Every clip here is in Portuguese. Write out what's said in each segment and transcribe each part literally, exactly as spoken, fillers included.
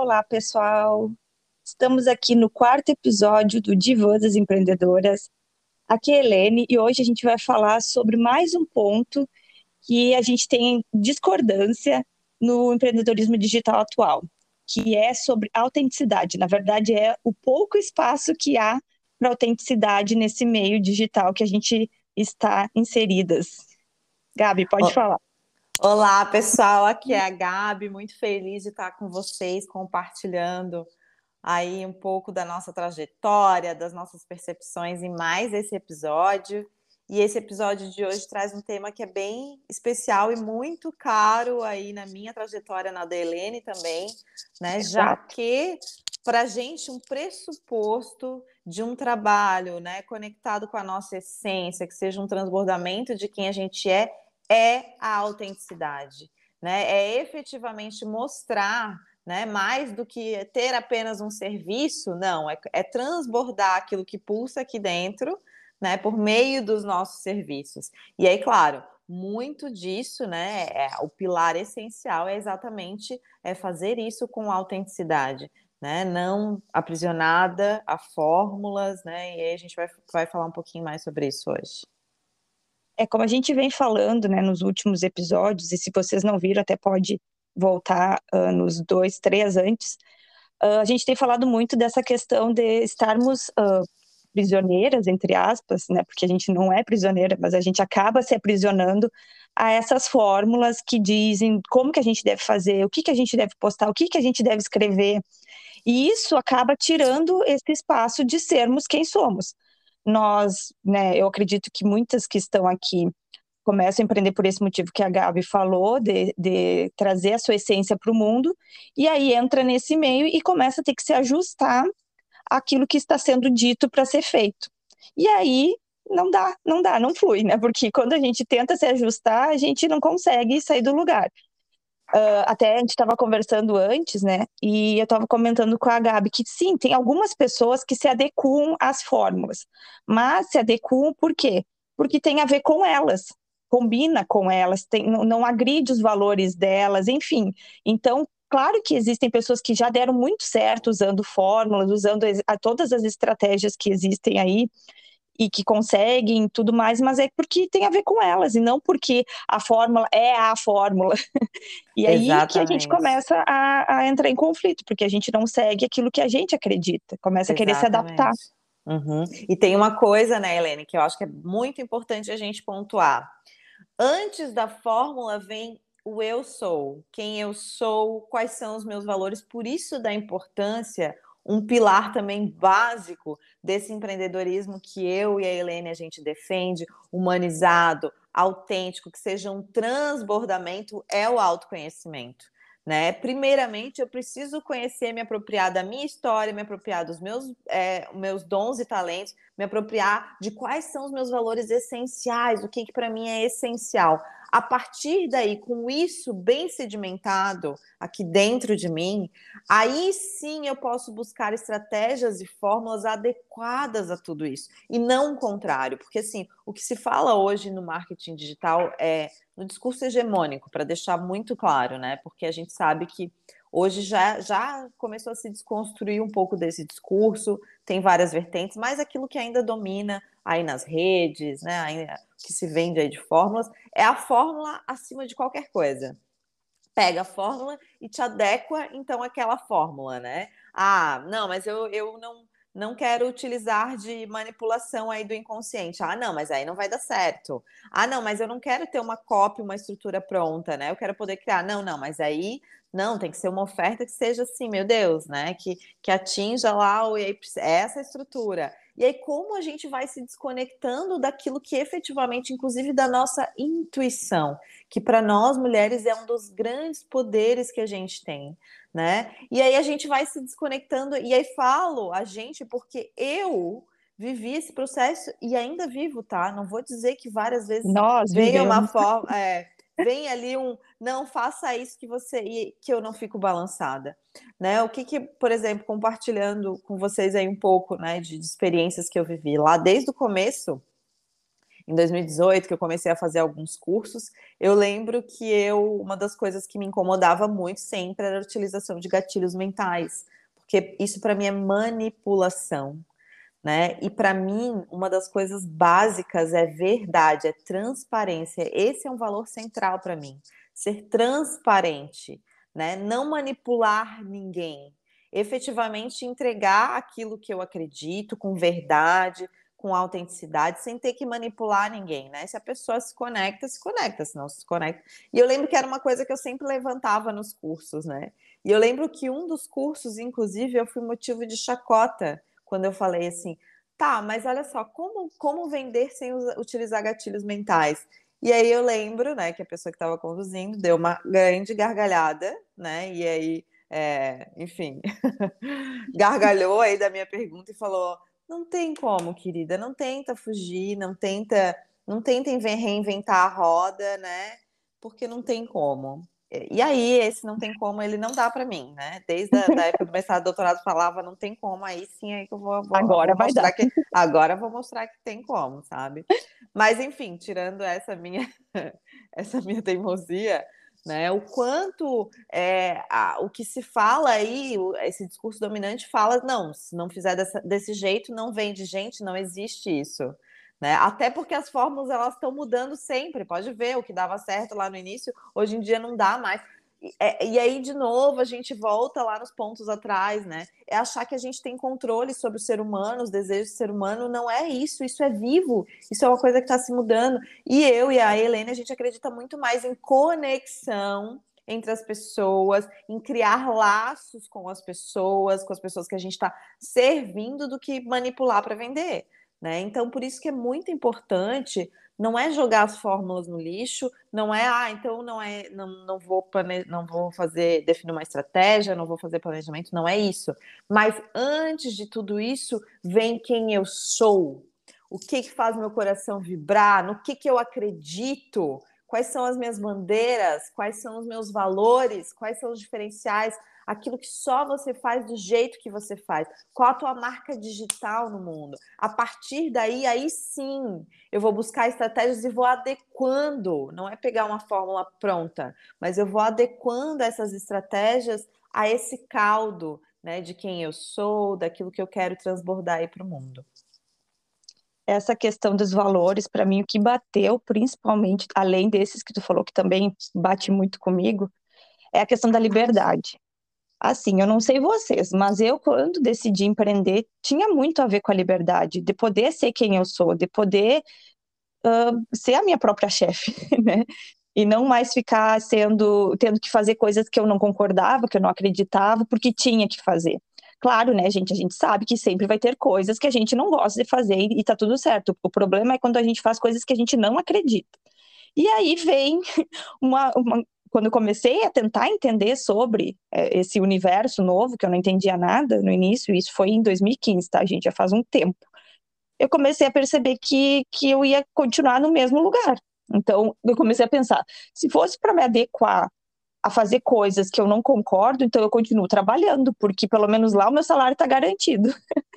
Olá, pessoal. Estamos aqui no quarto episódio do Divãs das Empreendedoras. Aqui é a Helene e hoje a gente vai falar sobre mais um ponto que a gente tem discordância no empreendedorismo digital atual, que é sobre autenticidade. Na verdade, é o pouco espaço que há para autenticidade nesse meio digital que a gente está inseridas. Gabi, pode O- falar. Olá, pessoal, aqui é a Gabi, muito feliz de estar com vocês, compartilhando aí um pouco da nossa trajetória, das nossas percepções em mais esse episódio. E esse episódio de hoje traz um tema que é bem especial e muito caro aí na minha trajetória, na da Helene também, né? Já Exato. que para a gente um pressuposto de um trabalho, né, conectado com a nossa essência, que seja um transbordamento de quem a gente é, é a autenticidade, né? É efetivamente mostrar, né, mais do que ter apenas um serviço, não, é, é transbordar aquilo que pulsa aqui dentro, né, por meio dos nossos serviços. E aí, claro, muito disso, né, é, o pilar essencial é exatamente é fazer isso com autenticidade, né, não aprisionada a fórmulas, né, e aí a gente vai, vai falar um pouquinho mais sobre isso hoje. É como a gente vem falando, né, nos últimos episódios, e se vocês não viram, até pode voltar uh, nos dois, três antes. Uh, a gente tem falado muito dessa questão de estarmos uh, prisioneiras, entre aspas, né, porque a gente não é prisioneira, mas a gente acaba se aprisionando a essas fórmulas que dizem como que a gente deve fazer, o que que a gente deve postar, o que que a gente deve escrever. E isso acaba tirando esse espaço de sermos quem somos. Nós, né, eu acredito que muitas que estão aqui começam a empreender por esse motivo que a Gabi falou, de, de trazer a sua essência para o mundo, e aí entra nesse meio e começa a ter que se ajustar àquilo que está sendo dito para ser feito. E aí não dá, não dá, não flui, né? Porque quando a gente tenta se ajustar, a gente não consegue sair do lugar. Uh, até a gente estava conversando antes, né? E eu estava comentando com a Gabi que sim, tem algumas pessoas que se adequam às fórmulas, mas se adequam por quê? Porque tem a ver com elas, combina com elas, tem, não, não agride os valores delas, enfim. Então, claro que existem pessoas que já deram muito certo usando fórmulas, usando a, todas as estratégias que existem aí e que conseguem tudo mais, mas é porque tem a ver com elas e não porque a fórmula é a fórmula. E aí que a gente Exatamente. começa a, a entrar em conflito, porque a gente não segue aquilo que a gente acredita, começa a querer se adaptar. Exatamente. Uhum. E tem uma coisa, né, Helene, que eu acho que é muito importante a gente pontuar. Antes da fórmula vem o eu sou, quem eu sou, quais são os meus valores, por isso da importância, um pilar também básico desse empreendedorismo que eu e a Helene a gente defende, humanizado, autêntico, que seja um transbordamento, é o autoconhecimento. Né? Primeiramente, eu preciso conhecer, me apropriar da minha história, me apropriar dos meus, é, meus dons e talentos, me apropriar de quais são os meus valores essenciais, o que, que para mim é essencial. A partir daí, com isso bem sedimentado aqui dentro de mim, aí sim eu posso buscar estratégias e fórmulas adequadas a tudo isso, e não o contrário, porque assim, o que se fala hoje no marketing digital é no discurso hegemônico, para deixar muito claro, né? Porque a gente sabe que hoje já, já começou a se desconstruir um pouco desse discurso, tem várias vertentes, mas aquilo que ainda domina aí nas redes, né? Ainda, que se vende aí de fórmulas, é a fórmula acima de qualquer coisa. Pega a fórmula e te adequa, então, àquela fórmula, né? Ah, não, mas eu, eu não, não quero utilizar de manipulação aí do inconsciente. Ah, não, mas aí não vai dar certo. Ah, não, mas eu não quero ter uma cópia, uma estrutura pronta, né? Eu quero poder criar. Não, não, mas aí não, tem que ser uma oferta que seja assim, meu Deus, né? Que, que atinja lá o, essa estrutura. E aí, como a gente vai se desconectando daquilo que efetivamente, inclusive da nossa intuição, que para nós mulheres é um dos grandes poderes que a gente tem, né? E aí a gente vai se desconectando, e aí falo a gente porque eu vivi esse processo e ainda vivo, tá? Não vou dizer que várias vezes Nós venha uma vivemos. forma, é, vem ali um, não faça isso que você que eu não fico balançada, né? O que que, por exemplo, compartilhando com vocês aí um pouco, né, de, de experiências que eu vivi lá desde o começo, em dois mil e dezoito, que eu comecei a fazer alguns cursos, eu lembro que eu, uma das coisas que me incomodava muito sempre era a utilização de gatilhos mentais, porque isso para mim é manipulação, né? E para mim, uma das coisas básicas é verdade, é transparência. Esse é um valor central para mim. Ser transparente, né? Não manipular ninguém. Efetivamente entregar aquilo que eu acredito com verdade, com autenticidade, sem ter que manipular ninguém, né? Se a pessoa se conecta, se conecta, se não se conecta. E eu lembro que era uma coisa que eu sempre levantava nos cursos, né? E eu lembro que um dos cursos, inclusive, eu fui motivo de chacota quando eu falei assim, tá, mas olha só, como, como vender sem utilizar gatilhos mentais? E aí eu lembro, né, que a pessoa que estava conduzindo deu uma grande gargalhada, né, e aí, é, enfim, gargalhou aí da minha pergunta e falou, não tem como, querida, não tenta fugir, não tenta, não tenta reinventar a roda, né, porque não tem como. E aí, esse não tem como, ele não dá para mim, né? Desde a da época do mestrado e doutorado falava não tem como, aí sim aí que eu vou, vou, Agora vou vai dar. mostrar que agora eu vou mostrar que tem como, sabe? Mas enfim, tirando essa minha essa minha teimosia, né? O quanto é, a, o que se fala aí, o, esse discurso dominante fala, não, se não fizer dessa, desse jeito, não vende gente, não existe isso. Né? Até porque as fórmulas elas estão mudando sempre. Pode ver o que dava certo lá no início, hoje em dia não dá mais. E, é, e aí, de novo, a gente volta lá nos pontos atrás, né? É achar que a gente tem controle sobre o ser humano, os desejos do ser humano. Não é isso, isso é vivo, isso é uma coisa que está se mudando. E eu e a Helene, a gente acredita muito mais em conexão entre as pessoas, em criar laços com as pessoas, com as pessoas que a gente está servindo, do que manipular para vender. Né? Então, por isso que é muito importante, não é jogar as fórmulas no lixo, não é, ah, então não é, não, não vou plane... não vou fazer, definir uma estratégia, não vou fazer planejamento, não é isso. Mas antes de tudo isso, vem quem eu sou, o que que faz meu coração vibrar, no que que eu acredito, quais são as minhas bandeiras, quais são os meus valores, quais são os diferenciais, aquilo que só você faz do jeito que você faz. Qual a tua marca digital no mundo? A partir daí, aí sim, eu vou buscar estratégias e vou adequando. Não é pegar uma fórmula pronta, mas eu vou adequando essas estratégias a esse caldo, né, de quem eu sou, daquilo que eu quero transbordar aí para o mundo. Essa questão dos valores, para mim, o que bateu, principalmente, além desses que tu falou, que também bate muito comigo, é a questão da liberdade. Assim, eu não sei vocês, mas eu, quando decidi empreender, tinha muito a ver com a liberdade, de poder ser quem eu sou, de poder uh, ser a minha própria chefe, né? E não mais ficar sendo, tendo que fazer coisas que eu não concordava, que eu não acreditava, porque tinha que fazer. Claro, né, gente? A gente sabe que sempre vai ter coisas que a gente não gosta de fazer e, e tá tudo certo. O problema é quando a gente faz coisas que a gente não acredita. E aí vem uma, uma quando eu comecei a tentar entender sobre é, esse universo novo, que eu não entendia nada no início, isso foi em dois mil e quinze, tá, gente? Já faz um tempo. Eu comecei a perceber que, que eu ia continuar no mesmo lugar. Então, eu comecei a pensar, se fosse para me adequar a fazer coisas que eu não concordo, então eu continuo trabalhando, porque pelo menos lá o meu salário está garantido.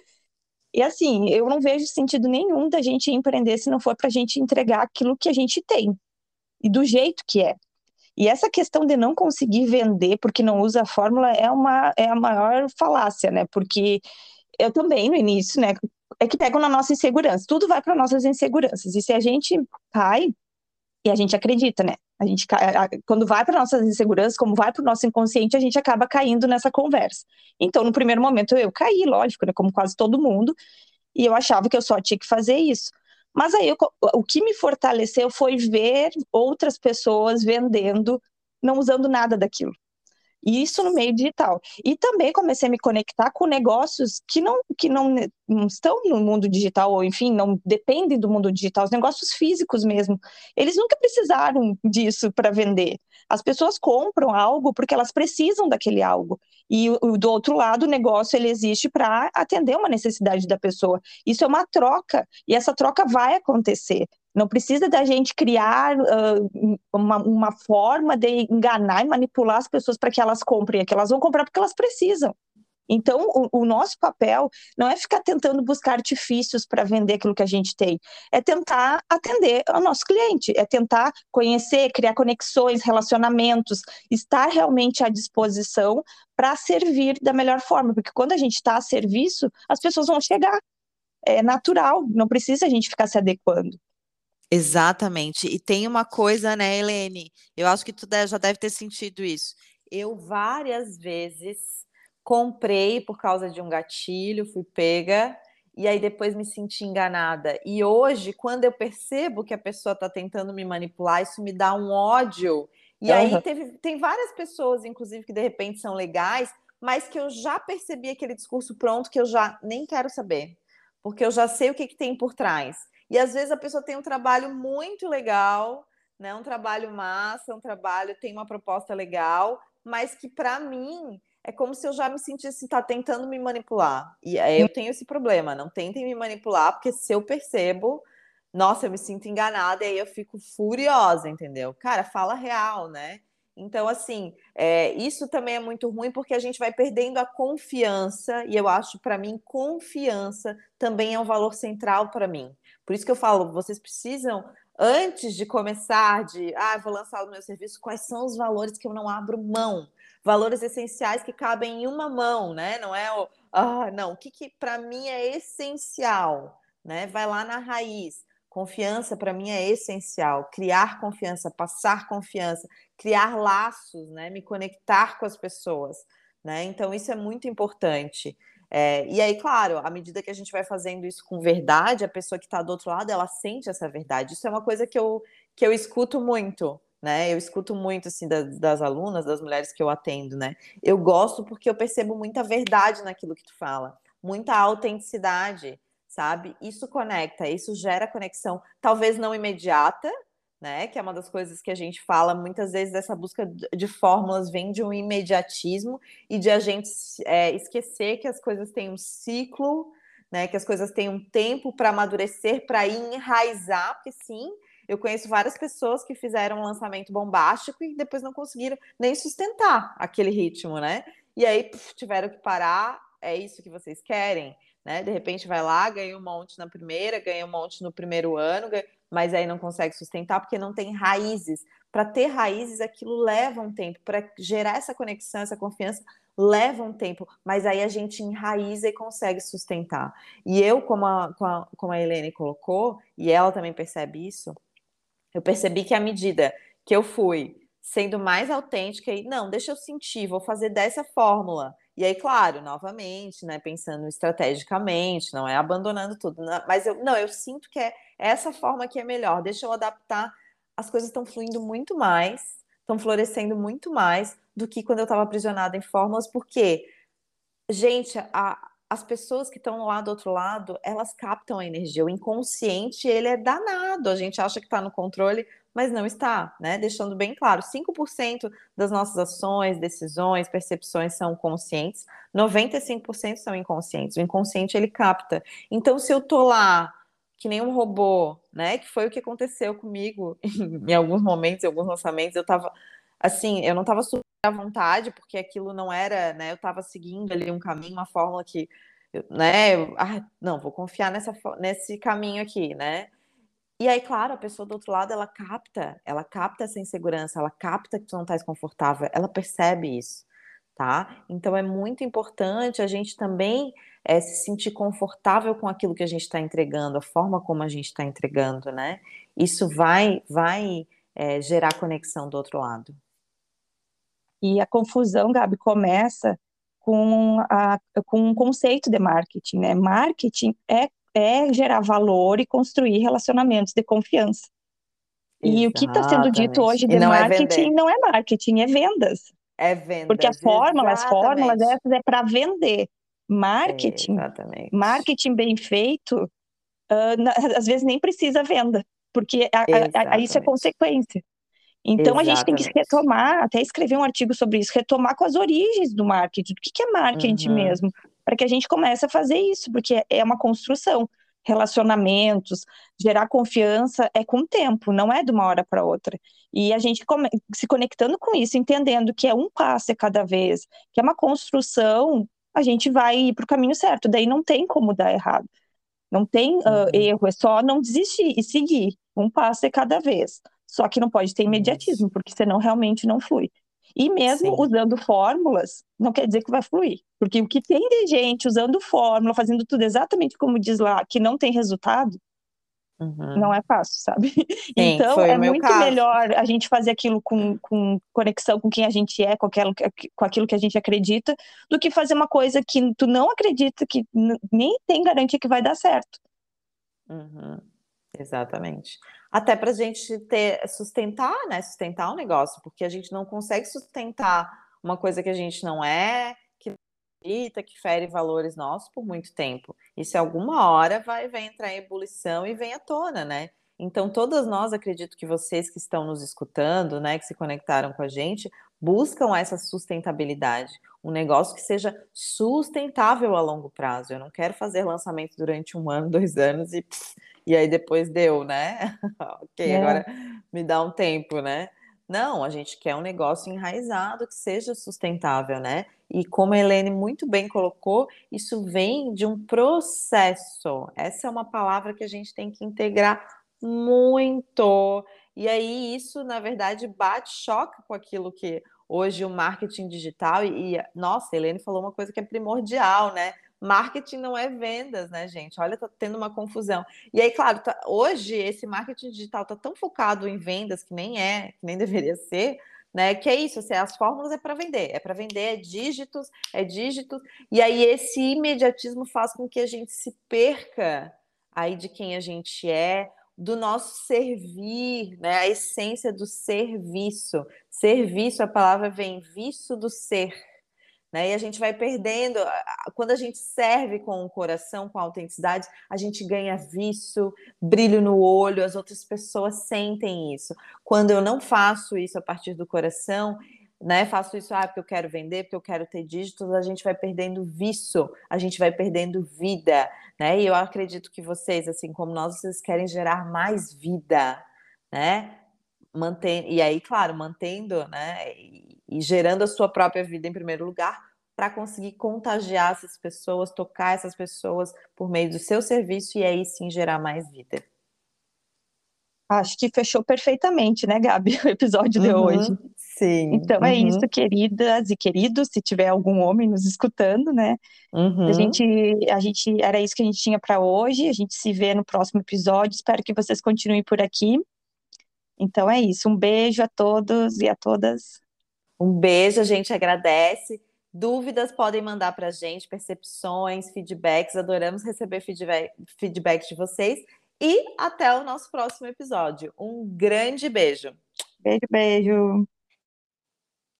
E assim, eu não vejo sentido nenhum da gente empreender se não for para a gente entregar aquilo que a gente tem, e do jeito que é. E essa questão de não conseguir vender porque não usa a fórmula é, uma, é a maior falácia, né? Porque eu também, no início, né? É que pegam na nossa insegurança. Tudo vai para nossas inseguranças. E se a gente cai, e a gente acredita, né? A gente cai, quando vai para nossas inseguranças, como vai para o nosso inconsciente, a gente acaba caindo nessa conversa. Então, no primeiro momento, eu caí, lógico, né? Como quase todo mundo. E eu achava que eu só tinha que fazer isso. Mas aí, eu, o que me fortaleceu foi ver outras pessoas vendendo, não usando nada daquilo. E isso no meio digital. E também comecei a me conectar com negócios que não, que não, não estão no mundo digital, ou enfim, não dependem do mundo digital, os negócios físicos mesmo. Eles nunca precisaram disso para vender. As pessoas compram algo porque elas precisam daquele algo. E o, do outro lado, o negócio ele existe para atender uma necessidade da pessoa. Isso é uma troca, e essa troca vai acontecer. Não precisa da gente criar uh, uma, uma forma de enganar e manipular as pessoas para que elas comprem, é que elas vão comprar porque elas precisam. Então, o, o nosso papel não é ficar tentando buscar artifícios para vender aquilo que a gente tem, é tentar atender ao nosso cliente, é tentar conhecer, criar conexões, relacionamentos, estar realmente à disposição para servir da melhor forma, porque quando a gente está a serviço, as pessoas vão chegar, é natural, não precisa a gente ficar se adequando. Exatamente. E tem uma coisa, né, Helene? Eu acho que tu de- já deve ter sentido isso. Eu várias vezes comprei por causa de um gatilho, fui pega, e aí depois me senti enganada. E hoje, quando eu percebo que a pessoa está tentando me manipular, isso me dá um ódio. E aí Uhum. teve, tem várias pessoas, inclusive, que de repente são legais, mas que eu já percebi aquele discurso pronto que eu já nem quero saber, porque eu já sei o que, que tem por trás. E às vezes a pessoa tem um trabalho muito legal, né? Um trabalho massa, um trabalho, tem uma proposta legal, mas que para mim é como se eu já me sentisse tá tentando me manipular. E é, eu tenho esse problema, não tentem me manipular, porque se eu percebo, nossa, eu me sinto enganada e aí eu fico furiosa, entendeu? Cara, fala real, né? Então, assim, é, isso também é muito ruim porque a gente vai perdendo a confiança, e eu acho, para mim, confiança também é um valor central para mim. Por isso que eu falo, vocês precisam, antes de começar, de, ah, vou lançar o meu serviço, quais são os valores que eu não abro mão? Valores essenciais que cabem em uma mão, né? Não é o, ah, não, o que, que para mim é essencial, né? Vai lá na raiz. Confiança para mim é essencial. Criar confiança, passar confiança, criar laços, né? Me conectar com as pessoas, né? Então isso é muito importante. É, e aí, claro, à medida que a gente vai fazendo isso com verdade, a pessoa que está do outro lado, ela sente essa verdade. Isso é uma coisa que eu, que eu escuto muito, né? Eu escuto muito, assim, das, das alunas, das mulheres que eu atendo, né? Eu gosto porque eu percebo muita verdade naquilo que tu fala, muita autenticidade, sabe? Isso conecta, isso gera conexão, talvez não imediata, né? Que é uma das coisas que a gente fala muitas vezes, dessa busca de fórmulas vem de um imediatismo e de a gente é, esquecer que as coisas têm um ciclo, né? Que as coisas têm um tempo para amadurecer, para enraizar, porque sim, eu conheço várias pessoas que fizeram um lançamento bombástico e depois não conseguiram nem sustentar aquele ritmo, né? E aí puf, tiveram que parar. É isso que vocês querem, né? De repente vai lá, ganha um monte na primeira, ganha um monte no primeiro ano, ganha mas aí não consegue sustentar porque não tem raízes. Para ter raízes, aquilo leva um tempo. Para gerar essa conexão, essa confiança, leva um tempo. Mas aí a gente enraiza e consegue sustentar. E eu, como a, como a Helene colocou, e ela também percebe isso, eu percebi que à medida que eu fui sendo mais autêntica e não, deixa eu sentir, vou fazer dessa fórmula. E aí, claro, novamente, né, pensando estrategicamente, não é abandonando tudo, né, mas eu não, eu sinto que é essa forma que é melhor. Deixa eu adaptar. As coisas estão fluindo muito mais, estão florescendo muito mais do que quando eu estava aprisionada em fórmulas, porque gente, a- as pessoas que estão lá do outro lado, elas captam a energia. O inconsciente, ele é danado. A gente acha que está no controle, mas não está, né? Deixando bem claro, cinco por cento das nossas ações, decisões, percepções são conscientes, noventa e cinco por cento são inconscientes. O inconsciente, ele capta. Então, se eu tô lá que nem um robô, né? Que foi o que aconteceu comigo em alguns momentos, em alguns lançamentos, eu tava assim, eu não tava à vontade, porque aquilo não era, né? Eu estava seguindo ali um caminho, uma fórmula que, eu- né? eu- ah, não, vou confiar nessa, fó- nesse caminho aqui, né? E aí, claro, a pessoa do outro lado, ela capta, ela capta essa insegurança, ela capta que tu não tá confortável, ela percebe isso, tá? Então é muito importante a gente também é, se sentir confortável com aquilo que a gente está entregando, a forma como a gente está entregando, né? Isso vai, vai, é, gerar conexão do outro lado. E a confusão, Gabi, começa com, a, com um conceito de marketing, né? Marketing é, é gerar valor e construir relacionamentos de confiança. E o que está sendo dito Exatamente. hoje E de não é marketing vender, não é marketing, é vendas. é Porque a vendas, fórmula, as fórmulas exatamente. essas é para vender. Marketing, Exatamente. marketing bem feito, ah, na- às vezes nem precisa venda, porque a- a- a- isso é Exatamente. consequência. Então, a gente tem que Exatamente. retomar, até escrever um artigo sobre isso, retomar com as origens do marketing, do que que é marketing Uhum. mesmo, para que a gente comece a fazer isso, porque é uma construção. Relacionamentos, gerar confiança é com o tempo, não é de uma hora para outra. E a gente se conectando com isso, entendendo que é um passo a cada vez, que é uma construção, a gente vai ir para o caminho certo. Daí não tem como dar errado. Não tem uh, Uhum. erro, é só não desistir e seguir. Um passo de cada vez. Só que não pode ter Isso. imediatismo, porque senão realmente não flui. E mesmo Sim. usando fórmulas, não quer dizer que vai fluir. Porque o que tem de gente usando fórmula, fazendo tudo exatamente como diz lá, que não tem resultado, não Uhum. é fácil, sabe? Sim, Então, foi é o meu muito caso. melhor a gente fazer aquilo com, com conexão com quem a gente é, com aquilo, com aquilo que a gente acredita, do que fazer uma coisa que tu não acredita, que n- nem tem garantia que vai dar certo. Uhum. Exatamente. Até para a gente ter sustentar, né, sustentar o negócio, porque a gente não consegue sustentar uma coisa que a gente não é, que acredita, que fere valores nossos por muito tempo. Isso alguma hora vai vai entrar em ebulição e vem à tona, né. Então todas nós, acredito que vocês que estão nos escutando, né, que se conectaram com a gente, buscam essa sustentabilidade, um negócio que seja sustentável a longo prazo. Eu não quero fazer lançamento durante um ano, dois anos e e aí depois deu, né. Ok, É, agora me dá um tempo, né. Não, a gente quer um negócio enraizado que seja sustentável, né. E como a Helene muito bem colocou, isso vem de um processo. Essa é uma palavra que a gente tem que integrar muito. E aí isso, na verdade, bate, choca com aquilo que hoje o marketing digital e e nossa, a Helene falou uma coisa que é primordial, né. Marketing não é vendas, né, gente. Olha, tá tendo uma confusão. E aí, claro, tá hoje esse marketing digital tá tão focado em vendas, que nem é, que nem deveria ser, né, que é isso, assim, as fórmulas é para vender, é para vender, é dígitos, é dígitos, e aí esse imediatismo faz com que a gente se perca aí de quem a gente é, do nosso servir, né, a essência do serviço. Serviço, a palavra vem viço do ser, né? E a gente vai perdendo. Quando a gente serve com o coração, com a autenticidade, a gente ganha viço, brilho no olho, as outras pessoas sentem isso. Quando eu não faço isso a partir do coração, né, faço isso ah, porque eu quero vender, porque eu quero ter dígitos, a gente vai perdendo viço, a gente vai perdendo vida, né? E eu acredito que vocês, assim como nós, vocês querem gerar mais vida, né? Mantém, e aí, claro, mantendo, né, e, e gerando a sua própria vida em primeiro lugar, para conseguir contagiar essas pessoas, tocar essas pessoas por meio do seu serviço e aí sim gerar mais vida. acho que fechou perfeitamente, né, Gabi, o episódio de hoje. Uhum, sim, Então é isso, uhum, queridas e queridos, se tiver algum homem nos escutando, né? A gente, uhum. a gente era isso que a gente tinha para hoje. A gente se vê no próximo episódio. Espero que vocês continuem por aqui. Então é isso. Um beijo a todos e a todas. Um beijo, a gente agradece. Dúvidas podem mandar para a gente, percepções, feedbacks. Adoramos receber feedback, feedback de vocês. E até o nosso próximo episódio. Um grande beijo. Beijo, beijo.